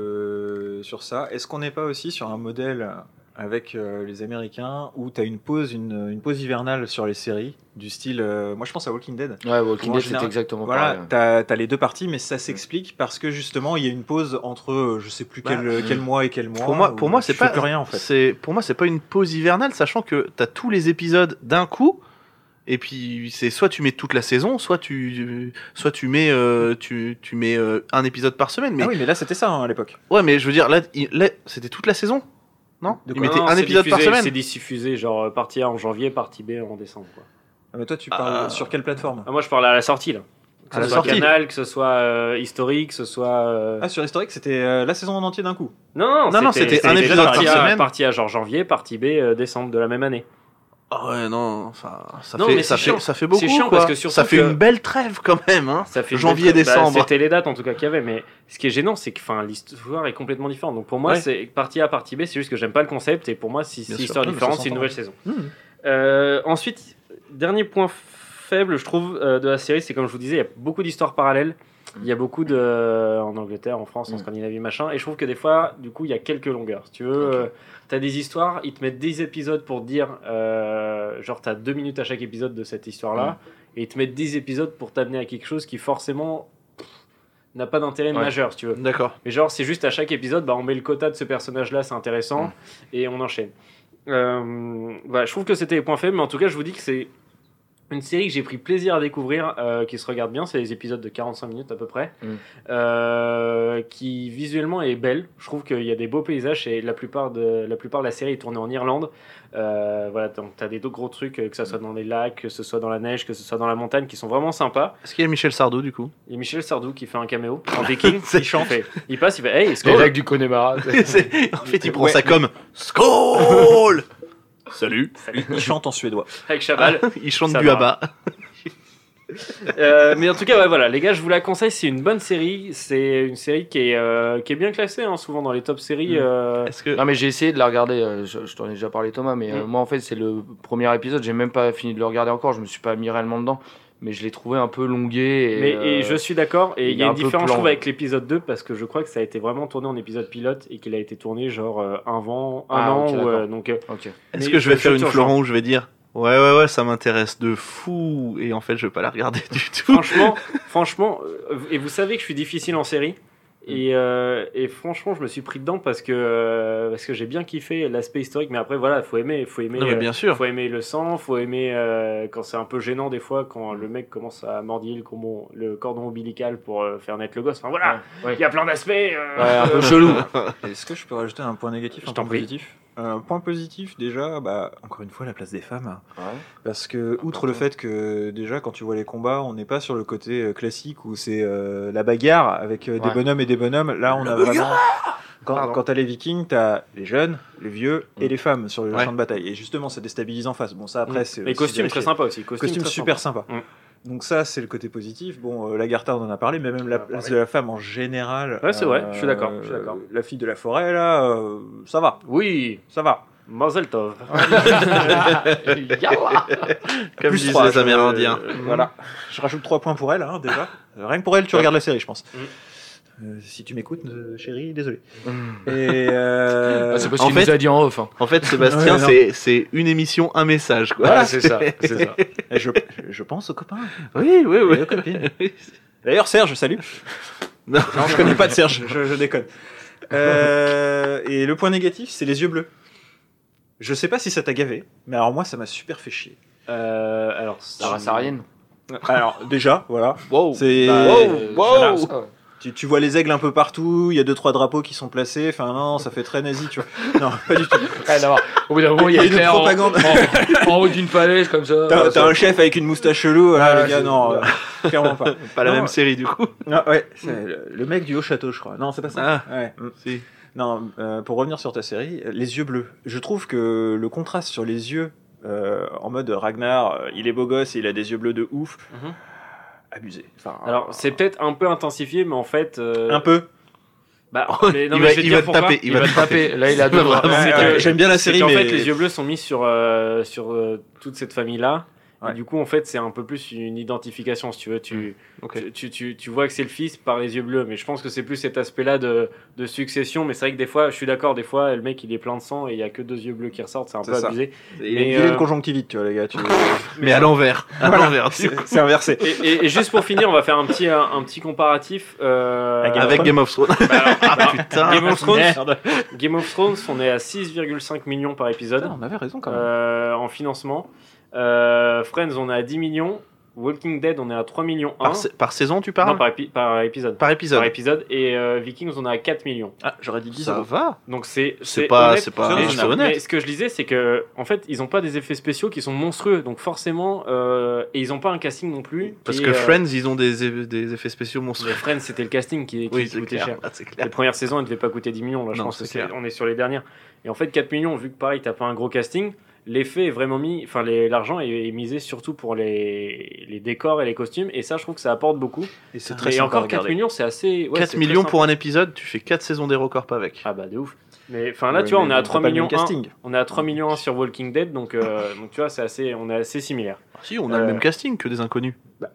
sur ça. Est-ce qu'on n'est pas aussi sur un modèle avec les Américains où tu as une pause hivernale sur les séries du style. Moi, je pense à Walking Dead. Ouais, Walking En Dead, c'est général, exactement Voilà, pareil. t'as les deux parties, mais ça s'explique parce que justement, il y a une pause entre je sais plus Bah, quel mois et quel mois. Pour moi, où c'est tu pas fais plus rien en fait. Pour moi, c'est pas une pause hivernale, sachant que t'as tous les épisodes d'un coup. Et puis c'est soit tu mets toute la saison, soit tu mets un épisode par semaine. Mais Ah oui, mais là c'était ça hein, à l'époque. ouais, mais je veux dire là c'était toute la saison, non? De Ils quoi mettaient Non, un c'est épisode par diffusé- semaine. C'est diffusé, genre partie A en janvier, partie B en décembre, quoi. Ah, mais toi, tu parles sur quelle plateforme? Ah, moi, je parle à la sortie, là. Que À la ce soit sortie. Canal, que ce soit historique, que ce soit. Ah, sur Historique, c'était la saison en entier d'un coup. Non, c'était un épisode partie par A, semaine. Partie A, genre janvier, partie B, décembre de la même année. Ah ouais, non, enfin, ça Non, fait mais c'est chiant. ça fait beaucoup. C'est chiant quoi. parce que surtout ça fait que- une belle trêve quand même, hein. Ça fait une Janvier, belle- décembre. C'était les dates en tout cas qu'il y avait, mais ce qui est gênant, c'est que l'histoire est complètement différente. Donc pour moi, Ouais. c'est partie A, partie B, c'est juste que j'aime pas le concept, et pour moi, si Bien sûr. l'histoire est Oui, mais différente, ça c'est une s'entend. nouvelle saison. Mmh. Ensuite, dernier point faible, je trouve, de la série, c'est comme je vous disais, il y a beaucoup d'histoires parallèles. Il y a beaucoup en Angleterre, en France, en Scandinavie, machin. Et je trouve que des fois, du coup, il y a quelques longueurs. Si tu veux, t'as des histoires, ils te mettent 10 épisodes pour te dire, genre, t'as 2 minutes à chaque épisode de cette histoire-là. Et ils te mettent 10 épisodes pour t'amener à quelque chose qui, forcément, n'a pas d'intérêt majeur, si tu veux. D'accord. Mais genre, c'est juste à chaque épisode, bah, on met le quota de ce personnage-là, c'est intéressant, et on enchaîne. Voilà, je trouve que c'était les points faibles, mais en tout cas, je vous dis que c'est une série que j'ai pris plaisir à découvrir, qui se regarde bien, c'est des épisodes de 45 minutes à peu près, qui visuellement est belle. Je trouve qu'il y a des beaux paysages, et la plupart de la série est tournée en Irlande. Voilà, donc t'as des gros trucs, que ce soit dans les lacs, que ce soit dans la neige, que ce soit dans la montagne, qui sont vraiment sympas. Est-ce qu'il y a Michel Sardou du coup? Il y a Michel Sardou qui fait un caméo en Viking, C'est- il chante, il passe, il fait hey, Les Skull. lacs du Connemara. En fait, il prend Ouais, ça mais- comme Skål. Salut. Il chante en suédois. avec Chaval. Il chante Ça du va. Abba. Mais en tout cas, ouais, voilà, les gars, je vous la conseille. C'est une bonne série. C'est une série qui est bien classée, hein, souvent dans les top séries. Est-ce que Non mais j'ai essayé de la regarder, je t'en ai déjà parlé Thomas, mais moi en fait c'est le premier épisode, j'ai même pas fini de le regarder encore, je me suis pas mis réellement dedans, mais je l'ai trouvé un peu longué. Et je suis d'accord. Et il y a est une un peu différence, je plan. trouve, avec l'épisode 2 parce que je crois que ça a été vraiment tourné en épisode pilote et qu'il a été tourné genre un an. Ok, Ou, d'accord. donc, Ok. est-ce mais que je vais je faire te une rejoins. Florent où je vais dire ouais, ça m'intéresse de fou et en fait je vais pas la regarder du tout. franchement, et vous savez que je suis difficile en série. Et franchement, je me suis pris dedans parce que j'ai bien kiffé l'aspect historique. Mais après, voilà, faut aimer. Non, mais bien sûr. Faut aimer le sang, faut aimer quand c'est un peu gênant des fois, quand le mec commence à mordiller le cordon ombilical pour faire naître le gosse. Enfin voilà, Ouais. il y a plein d'aspects. Ouais, un peu chelou. Est-ce que je peux rajouter un point négatif, Je un t'en point prie. positif? Un point positif, déjà, bah, encore une fois, la place des femmes. Ouais. Parce que, outre le fait que, déjà, quand tu vois les combats, on n'est pas sur le côté classique où c'est la bagarre avec des Ouais. bonhommes et des bonhommes. Là, on a vraiment. quand t'as les Vikings, t'as les jeunes, les vieux et les femmes sur le champ de bataille. Et justement, ça déstabilise en face. Bon, ça après, c'est. Les costumes très sympa aussi. Costume super sympa. Donc ça, c'est le côté positif. Bon, Lagertha, on en a parlé, mais même la place de la femme en général. Ouais, c'est vrai, je suis d'accord. La fille de la forêt, là, ça va. Oui, ça va. Mazel tov. Comme disent les Amérindiens. Voilà. Je rajoute 3 points pour elle, hein, déjà. Rien que pour elle, tu regardes la série, je pense. Si tu m'écoutes, chérie, désolé. Et c'est parce qu'il nous a dit en off. Hein. En fait, Sébastien, c'est une émission, un message, quoi. Voilà, c'est ça. Et je pense aux copains. Oui. Et aux copines. D'ailleurs, Serge, salut. Non, je connais pas de Serge, je déconne. Et le point négatif, c'est les yeux bleus. Je sais pas si ça t'a gavé, mais alors moi, ça m'a super fait chier. Alors, Sarah-Sarienne. Alors, déjà, voilà. Wow. C'est... Wow. Tu vois les aigles un peu partout, il y a 2-3 drapeaux qui sont placés, enfin non, ça fait très nazi, tu vois. Non, pas du tout. Au bout d'un moment, il y a une propagande. En haut d'une falaise, comme ça. T'as un chef avec une moustache chelou, les gars, non, clairement pas. Pas la même série, du coup. Non, ouais, c'est le mec du Haut-Château, je crois. Non, c'est pas ça. Ouais. Si. Non, pour revenir sur ta série, les yeux bleus. Je trouve que le contraste sur les yeux, en mode Ragnar, il est beau gosse et il a des yeux bleus de ouf. Abusé. Enfin, alors c'est peut-être un peu intensifié, mais en fait un peu. Bah, il va te taper. Il va te taper. Là, il a deux bras. J'aime bien la série, mais en fait, les yeux bleus sont mis sur toute cette famille-là. Ouais. Et du coup, en fait, c'est un peu plus une identification, si tu veux. Tu vois que c'est le fils par les yeux bleus, mais je pense que c'est plus cet aspect-là de succession. Mais c'est vrai que des fois, je suis d'accord, des fois, le mec, il est plein de sang et il y a que 2 yeux bleus qui ressortent, c'est un peu abusé. Il a une conjonctivite, tu vois, les gars. Mais à l'envers. C'est inversé. Et juste pour finir, on va faire un petit comparatif. Avec Game of Thrones. Putain. Game of Thrones, on est à 6,5 millions par épisode. Putain, on avait raison quand même. En financement. Friends, on est à 10 millions. Walking Dead, on est à 3 millions 1. Par saison, tu parles? Non, par épisode. Par épisode. Et Vikings, on est à 4 millions. Ah, j'aurais dit 10. Ça va. Donc c'est pas honnête. honnête. Mais ce que je disais, c'est que en fait, ils ont pas des effets spéciaux qui sont monstrueux. Donc forcément, et ils ont pas un casting non plus. Parce que Friends, ils ont des effets spéciaux monstrueux. Mais Friends, c'était le casting qui coûtait cher. Là, c'est clair. Les premières saisons, elles devaient pas coûter 10 millions. Là, je pense qu'on est sur les dernières. Et en fait, 4 millions, vu que pareil, t'as pas un gros casting. L'effet est vraiment mis, enfin l'argent est misé surtout pour les décors et les costumes, et ça je trouve que ça apporte beaucoup. Et c'est très encore 4 millions, c'est assez. 4 millions pour un épisode, tu fais 4 saisons d'HeroCorp avec. Ah bah de ouf. Mais enfin là tu vois, on est à 3 millions 1. On est à 3 millions 1 sur Walking Dead, donc tu vois, on est assez similaire. Si, on a le même casting que des inconnus. Bah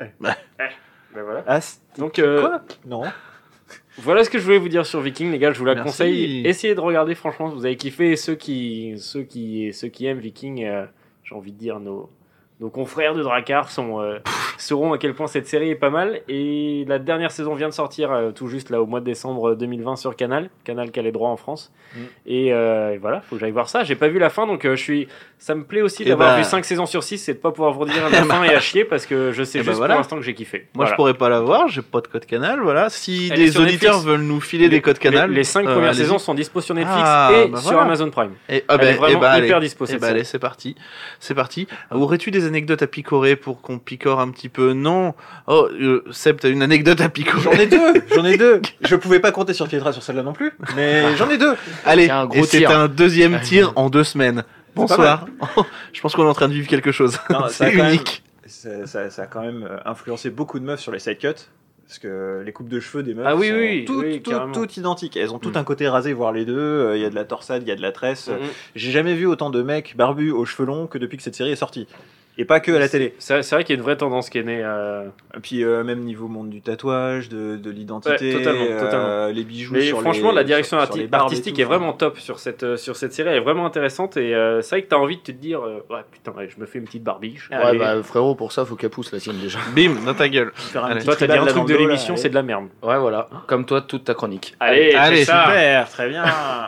voilà. Ah, donc quoi Non. Voilà ce que je voulais vous dire sur Viking, les gars. Je vous la conseille. Essayez de regarder, franchement, vous avez kiffé. Ceux qui aiment Viking, j'ai envie de dire nos confrères de Drakkar sauront à quel point cette série est pas mal. Et la dernière saison vient de sortir tout juste là au mois de décembre 2020 sur Canal qui a les droits en France. Et voilà, faut que j'aille voir ça. J'ai pas vu la fin, donc ça me plaît aussi d'avoir vu 5 saisons sur 6 et de pas pouvoir vous dire la fin et à chier parce que je sais juste pour l'instant que j'ai kiffé. Moi je pourrais pas la voir, j'ai pas de code Canal, voilà. Si des auditeurs veulent nous filer des codes Canal, les 5 premières saisons sont dispo sur Netflix sur Amazon Prime. Et vraiment hyper dispo. Allez, c'est parti. Aurais-tu des anecdotes à picorer pour qu'on picore un petit peu? Non. Oh, Seb, t'as une anecdote à picorer? J'en ai deux. Je pouvais pas compter sur Pietra sur celle-là non plus, mais j'en ai 2. Allez, et c'est un deuxième tir en 2 semaines. Bonsoir. Je pense qu'on est en train de vivre quelque chose. C'est unique. Ça a quand même influencé beaucoup de meufs sur les side cuts. Parce que les coupes de cheveux des meufs sont toutes identiques. Elles ont tout un côté rasé, voire les deux. Il y a de la torsade, il y a de la tresse. J'ai jamais vu autant de mecs barbus aux cheveux longs que depuis que cette série est sortie. Et pas que à la télé. C'est vrai qu'il y a une vraie tendance qui est née. Et puis même niveau monde du tatouage, de l'identité, totalement. Les bijoux. Mais franchement, la direction artistique est vraiment top sur cette série. Elle est vraiment intéressante et c'est vrai que t'as envie de te dire je me fais une petite barbiche. Ouais, bah frérot, pour ça, faut qu'elle pousse la sienne déjà. Bim, dans ta gueule. Toi, t'as dit un truc de l'émission, c'est de la merde. Ouais, voilà. Comme toi, toute ta chronique. Allez, super, très bien.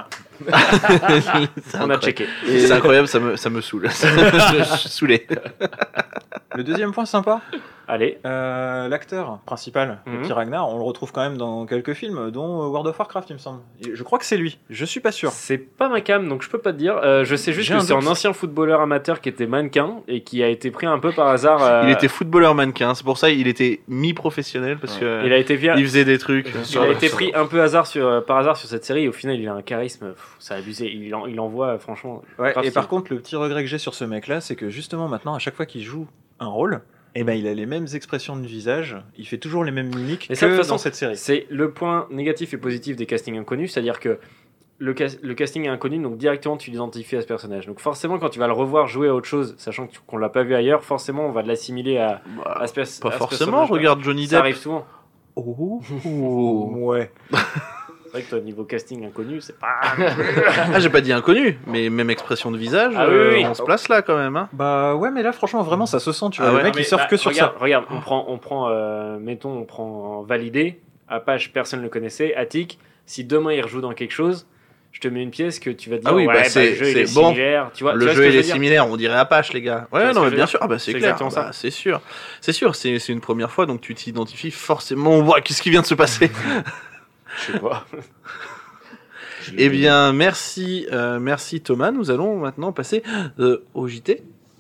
On a checké. C'est incroyable, ça me saoule. Je suis saoulé. Le deuxième point sympa, Allez. L'acteur principal, le petit Ragnar, on le retrouve quand même dans quelques films, dont World of Warcraft, il me semble. Je crois que c'est lui, je suis pas sûr. C'est pas ma cam, donc je peux pas te dire. Je sais juste que c'est un ancien footballeur amateur qui était mannequin et qui a été pris un peu par hasard. Il était footballeur mannequin, c'est pour ça qu'il était mi-professionnel, parce que il faisait des trucs. Il a été pris un peu par hasard sur cette série, et au final il a un charisme, c'est abusé. Il envoie franchement. Ouais, et par contre, le petit regret que j'ai sur ce mec-là, c'est que justement maintenant, à chaque fois qu'il joue un rôle, eh ben, il a les mêmes expressions de visage, il fait toujours les mêmes mimiques que ça, de toute façon, dans cette série. C'est le point négatif et positif des castings inconnus, c'est-à-dire que le casting est inconnu, donc directement tu l'identifies à ce personnage. Donc forcément, quand tu vas le revoir jouer à autre chose, sachant qu'on l'a pas vu ailleurs, forcément on va l'assimiler à ce personnage. Pas forcément, regarde Johnny Depp. Ça arrive souvent. Ouais. C'est vrai que toi, niveau casting inconnu, c'est pas... j'ai pas dit inconnu, mais même expression de visage, on se place là quand même. Hein. Bah ouais, mais là franchement, vraiment, ça se sent, tu vois. Le mec, il surfe que sur ça. Regarde, on prend validé, Apache, personne ne le connaissait, Attic, si demain il rejoue dans quelque chose, je te mets une pièce que tu vas te dire, le jeu il est similaire. Tu vois, le jeu il est similaire, on dirait Apache, les gars. Ouais, non, mais bien sûr, c'est clair, c'est sûr. C'est sûr, c'est une première fois, donc tu t'identifies forcément. Ouah, qu'est-ce qui vient de se passer? Je sais pas. Eh bien, merci Thomas. Nous allons maintenant passer au JT.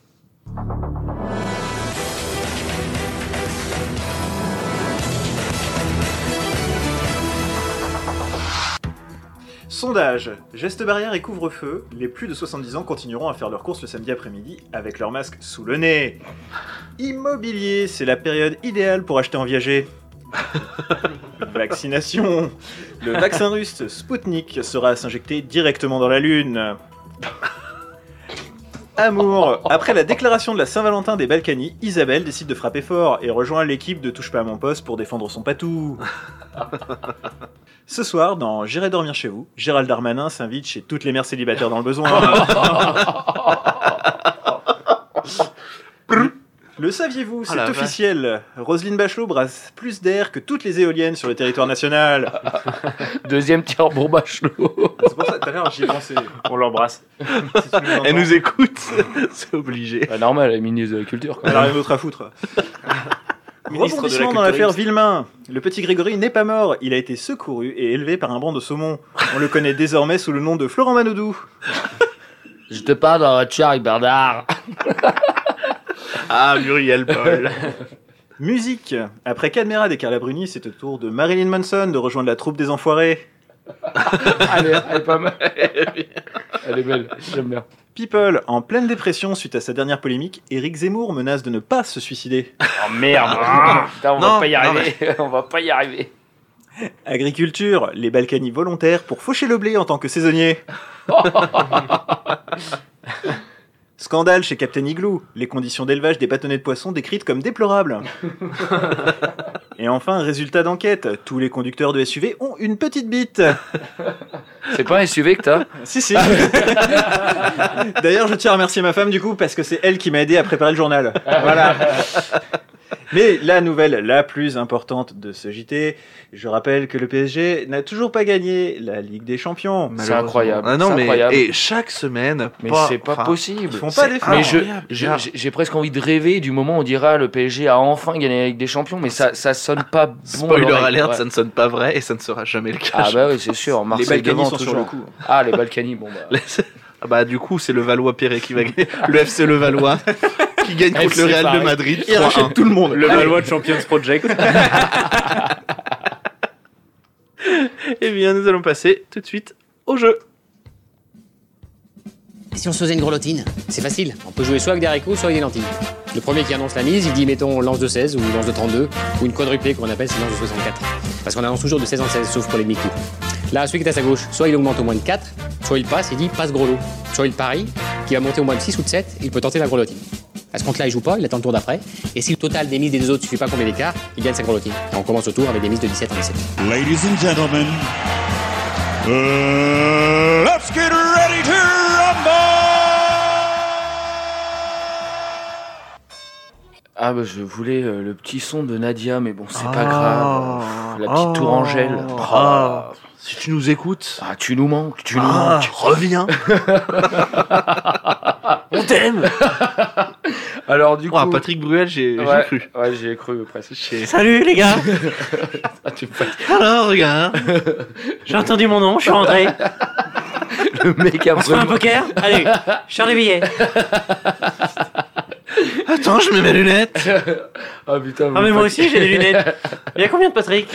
Sondage. Gestes barrières et couvre-feu. Les plus de 70 ans continueront à faire leurs courses le samedi après-midi avec leur masque sous le nez. Immobilier, c'est la période idéale pour acheter en viager. Vaccination. Le vaccin russe Spoutnik sera à s'injecter directement dans la Lune. Amour. Après la déclaration de la Saint-Valentin des Balkany, Isabelle décide de frapper fort et rejoint l'équipe de Touche pas à mon poste pour défendre son patou. Ce soir, dans J'irai dormir chez vous, Gérald Darmanin s'invite chez toutes les mères célibataires dans le besoin. Le saviez-vous, c'est officiel. Roselyne Bachelot brasse plus d'air que toutes les éoliennes sur le territoire national. Deuxième tir pour Bachelot. C'est pour ça, tout à l'heure, j'y ai pensé. On l'embrasse. Elle nous écoute, c'est obligé. Bah, normal, elle est ministre de la Culture. Elle a rien d'autre à foutre. Rebondissement dans l'affaire Villemain. Le petit Grégory n'est pas mort, il a été secouru et élevé par un banc de saumon. On le connaît désormais sous le nom de Florent Manodou. Je te parle dans la avec Bernard. Ah, Muriel Paul. Musique. Après Cadmerade et Carla Bruni, c'est au tour de Marilyn Manson de rejoindre la troupe des Enfoirés. Elle est pas mal. Elle est belle, j'aime bien. People. En pleine dépression suite à sa dernière polémique, Éric Zemmour menace de ne pas se suicider. Oh merde. Putain, on va pas y arriver. Agriculture. Les Balkany volontaires pour faucher le blé en tant que saisonnier. Scandale chez Captain Igloo, les conditions d'élevage des bâtonnets de poissons décrites comme déplorables. Et enfin, résultat d'enquête, tous les conducteurs de SUV ont une petite bite. C'est pas un SUV que t'as ? Si. D'ailleurs, je tiens à remercier ma femme du coup, parce que c'est elle qui m'a aidé à préparer le journal. Voilà. Mais la nouvelle la plus importante de ce JT, je rappelle que le PSG n'a toujours pas gagné la Ligue des Champions. C'est incroyable. Ah non, c'est incroyable. Et chaque semaine, mais c'est pas possible. Ils font pas d'efforts. Mais j'ai presque envie de rêver du moment où on dira le PSG a enfin gagné la Ligue des Champions, mais ça sonne pas bon. Spoiler alert, ça ne sonne pas vrai et ça ne sera jamais le cas. Ah bah oui, c'est sûr. Marseille les Balkany sont toujours. sur le coup. Ah, les Balkany, bon bah. Ah bah du coup, c'est le Valois-Perret qui va gagner. Le FC Le Valois qui gagne contre le Real de Madrid. Il rachète tout le monde. Le Valois Champions Project. Eh bien, nous allons passer tout de suite au jeu. Si on se faisait une grelottine, c'est facile. On peut jouer soit avec des haricots, soit avec des lentilles. Le premier qui annonce la mise, il dit mettons lance de 16 ou lance de 32 ou une quadruplée qu'on appelle c'est lance de 64. Parce qu'on annonce toujours de 16 en 16, sauf pour les demi-coups. Là, celui qui est à sa gauche, soit il augmente au moins de 4, soit il passe, il dit passe gros lot. Soit il parie, qui va monter au moins de 6 ou de 7, il peut tenter la grelottine. À ce compte-là, il joue pas, il attend le tour d'après. Et si le total des mises des deux autres suffit pas combien d'écart, il gagne sa grelottine. Et on commence le tour avec des mises de 17 en 17. Ladies and gentlemen, let's get ready to rumble! Ah bah je voulais le petit son de Nadia, mais bon, c'est pas grave. La petite tourangelle. si tu nous écoutes... Ah, tu nous manques, tu nous manques. Reviens. On t'aime. Alors du coup... Patrick Bruel, j'ai cru. Ouais, j'y ai cru presque. Salut les gars. Alors, regarde. J'ai entendu mon nom, je suis rentré. Le mec a On se fait un poker? Allez, je sors les billets. Attends, je mets mes lunettes. Ah putain. Ah mais moi aussi j'ai des lunettes. Il y a combien de Patrick?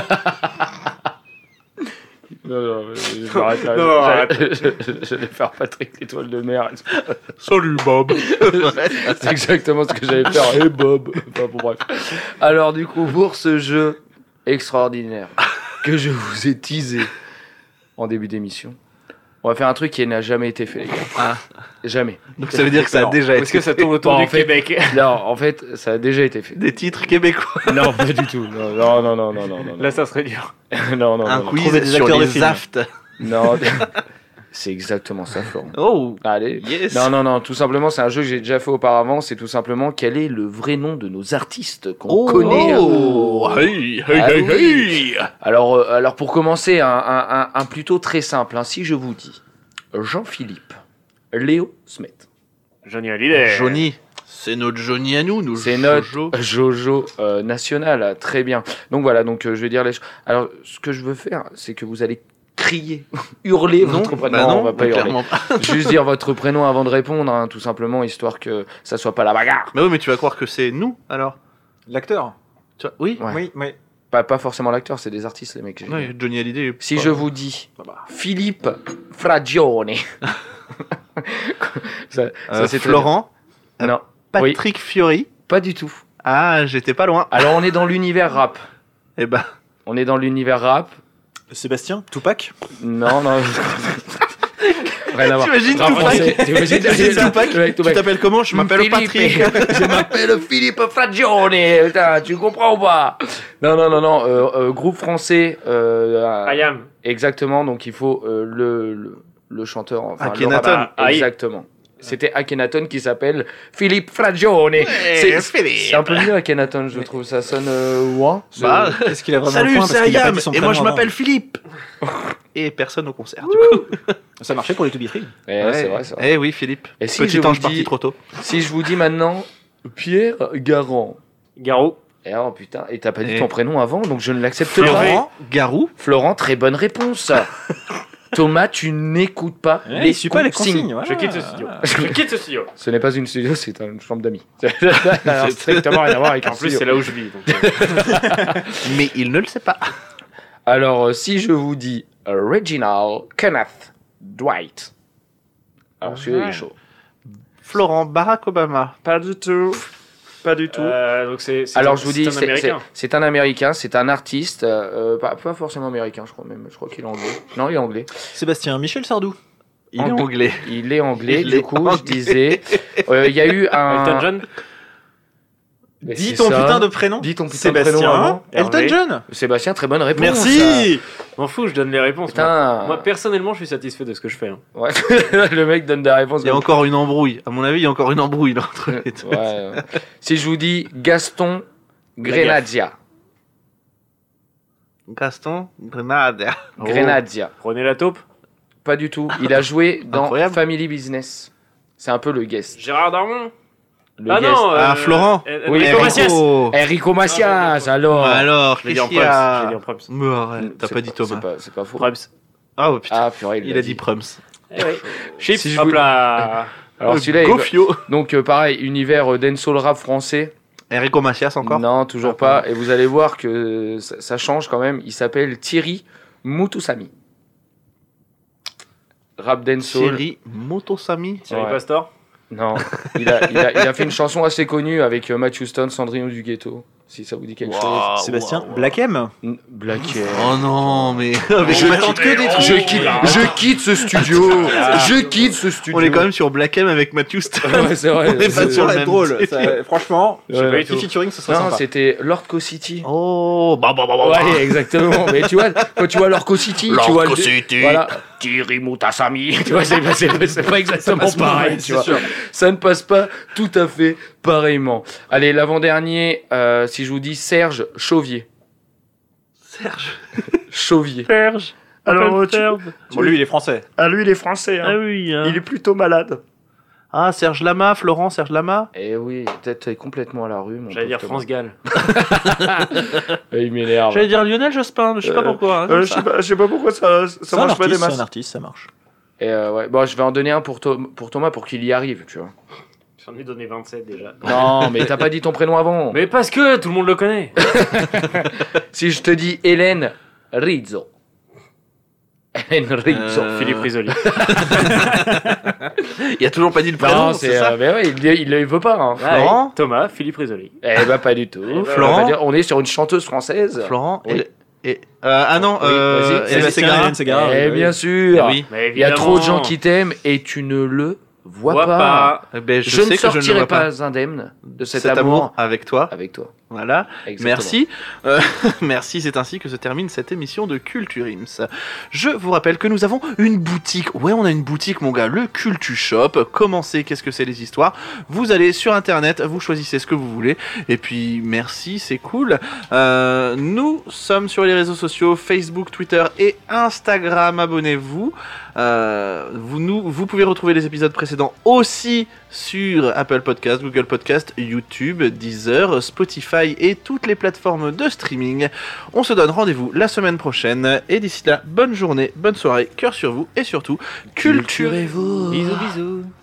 Non, je m'arrête là. Non, Je vais faire Patrick l'étoile de mer. Salut, Bob. C'est exactement ce que j'allais faire. Hey Bob. Enfin, bon, bref. Alors du coup, pour ce jeu extraordinaire que je vous ai teasé en début d'émission, on va faire un truc qui n'a jamais été fait, les gars. Ah. Jamais. Donc ça veut dire que ça a déjà été Est-ce que ça tourne autour du Québec? Non, en fait, ça a déjà été fait. des titres québécois. Non, pas du tout. Non. Là ça serait dur. Non. Un quiz Trouver des sur acteurs de les films. aftes. Non. C'est exactement ça, Florent. Oh. Allez. Yes. Non, tout simplement, c'est un jeu que j'ai déjà fait auparavant. C'est tout simplement quel est le vrai nom de nos artistes qu'on connaît. Oh. Hey. Alors pour commencer, un plutôt très simple. Hein. Si je vous dis Jean-Philippe, Léo Smet. Johnny Hallyday. Johnny. C'est notre Johnny à nous. C'est notre Jojo national. Très bien. Donc voilà, je vais dire les choses. Alors, ce que je veux faire, c'est que vous allez crier, hurler votre prénom. Bah non, on va pas hurler. clairement pas. Juste dire votre prénom avant de répondre, hein, tout simplement, histoire que ça soit pas la bagarre. Mais oui, mais tu vas croire que c'est nous, alors. L'acteur. Tu vois, oui. Ouais. Oui. Pas forcément l'acteur, c'est des artistes, les mecs. Ouais, Johnny Hallyday. Si je vous dis Philippe Fragione. ça c'est Florent. Non, Patrick Fiori. pas du tout. Ah, j'étais pas loin. Alors on est dans l'univers rap. Eh ben. On est dans l'univers rap. Sébastien, Tupac. Non. Rien à voir. T'imagines Rap Tupac français. T'imagines Tupac. Tu t'appelles comment? Je m'appelle Patrick. Je m'appelle Philippe Fragione. Putain, tu comprends ou pas? Non. Groupe français. Ayam. Exactement. Donc il faut le chanteur. Enfin, Akhenaton. Exactement. C'était Akhenaton qui s'appelle Philippe Fragione. C'est un peu mieux Akhenaton, je trouve. Ça sonne ouin. Bah, Est-ce qu'il a vraiment salut, le point c'est parce qu'il a pas Ayam. dit son Et moi, prénom je avant. m'appelle Philippe. Et personne au concert, du coup. Ça marchait pour les To Be Free. C'est vrai. Eh oui, Philippe. Et si Petit je vous ange dis- parti trop tôt. Si je vous dis maintenant Pierre Garand. Garou. Et oh putain, et t'as pas dit Et- ton prénom avant, donc je ne l'accepte pas. Florent Garou. Florent, très bonne réponse. Thomas, tu n'écoutes pas Ouais, les il suit pas les consignes. consignes. voilà. Je quitte ce studio. Je quitte ce studio. Ce n'est pas une studio, c'est une chambre d'amis. Ça n'a strictement rien à voir avec un En plus studio. c'est là où je vis. Donc, Mais il ne le sait pas. Alors, si je vous dis Reginald Kenneth Dwight. Alors, celui-là, il est chaud. Florent Barack Obama. Pas du tout. Pas du tout. donc c'est Alors, je vous dis, un Américain. c'est un Américain, c'est un artiste, pas forcément américain, je crois même. Je crois qu'il est anglais. Non, il est anglais. Sébastien, Michel Sardou. Il est anglais. Il est anglais, Il du est coup, anglais. je disais. Il y a eu un. Elton John. Mais Dis c'est ton ça. putain de prénom. Dis ton putain de prénom Sébastien. avant. Elton Hervé. John. Sébastien, très bonne réponse. Merci. M'en fous, je donne les réponses. Putain. Moi personnellement je suis satisfait de ce que je fais. Hein. Ouais. Le mec donne des réponses. Il y a encore une embrouille. À mon avis, il y a encore une embrouille là, entre les deux. Ouais. Si je vous dis Gaston Grenadia. Gaston Grenade. Grenadia. Prenez la taupe. Pas du tout. Il a joué dans Incroyable. Family Business. C'est un peu le guest. Gérard Darmon. Le Ah guest. non. Ah, Florent. Oui, Enrico Macias. Enrico Macias, alors. Alors, Je l'ai dit en qu'est-ce qu'il y Prums. Je l'ai a dit en Prums. Mais arrête, t'as C'est pas dit Thomas. C'est pas faux. Prums. Ah, oh, putain. Ah, purée, Il a dit Prums. Chips. Si je Hop vous- là. Alors celui-là, Gofio. donc pareil, univers dancehall rap français. Enrico Macias encore. Non, toujours pas. Et vous allez voir que ça change quand même. Il s'appelle Thierry Moutoussamy. Rap dancehall. Thierry Motosami. Thierry Ouais. Pastor. Non, il a fait une chanson assez connue avec Matthew Stone, Sandrino du Ghetto. Si ça vous dit quelque Wow. Sébastien, Black M. chose. Black M. Oh non, mais. Je quitte ce studio. Je quitte ce studio. On est quand même sur Black M avec Matthew Stone. Ouais, c'est vrai. On est pas C'est- sur le Ça va même être drôle. titre. Ça- Franchement, Ouais. J'ai pas eu petit featuring, ce serait Non, sympa. c'était Lord Co City. Oh, Ouais, exactement. Mais tu vois, quand tu vois Lorco City, tu vois. Voilà. Thierry Moutassamy. Tu vois, c'est pas exactement pareil. Tu vois. Ça ne passe pas tout à fait pareillement. Allez, l'avant-dernier, si je vous dis Serge Chauvier. Serge. Chauvier. Serge. Alors, Bon, lui, il est français. Ah, lui, il est français. Hein. Ah oui. Hein. Il est plutôt malade. Ah, Serge Lama, Serge Lama. Eh oui, peut-être complètement à la rue. J'allais dire France Gall. Il m'énerve. J'allais dire Lionel Jospin, je sais pas pourquoi. Hein, je sais pas pourquoi ça marche pas des masses. C'est un artiste, ça marche. Et ouais, bon, je vais en donner un pour Thomas pour qu'il y arrive, tu vois. J'en ai donné 27 déjà. Non, mais t'as pas dit ton prénom avant. Mais parce que tout le monde le connaît. Si je te dis Hélène Rizzo. Philippe Risoli. Il a toujours pas dit le prénom, non, c'est ça. Mais ouais, il le veut pas. Hein. Florent, ouais. Thomas, Philippe Risoli. Eh bah pas du tout. Florent, on est sur une chanteuse française. Florent. Oui. Hélène Ségara. Eh bien sûr. Oui. Il y a trop de gens qui t'aiment et tu ne le vois pas. Ben, je ne sortirai pas indemne de cet amour avec toi. Avec toi. Voilà. Exactement. Merci. Merci, c'est ainsi que se termine cette émission de Culture Ims. Je vous rappelle que nous avons une boutique. Ouais, on a une boutique, mon gars, le Cultu Shop. Comment c'est, qu'est-ce que c'est les histoires? Vous allez sur internet, vous choisissez ce que vous voulez. Et puis, merci, c'est cool. Nous sommes sur les réseaux sociaux, Facebook, Twitter et Instagram. Abonnez-vous. Vous pouvez retrouver les épisodes précédents aussi sur Apple Podcast, Google Podcast, YouTube, Deezer, Spotify et toutes les plateformes de streaming. On se donne rendez-vous la semaine prochaine et d'ici là, bonne journée, bonne soirée, cœur sur vous et surtout, culturez-vous. Bisous bisous.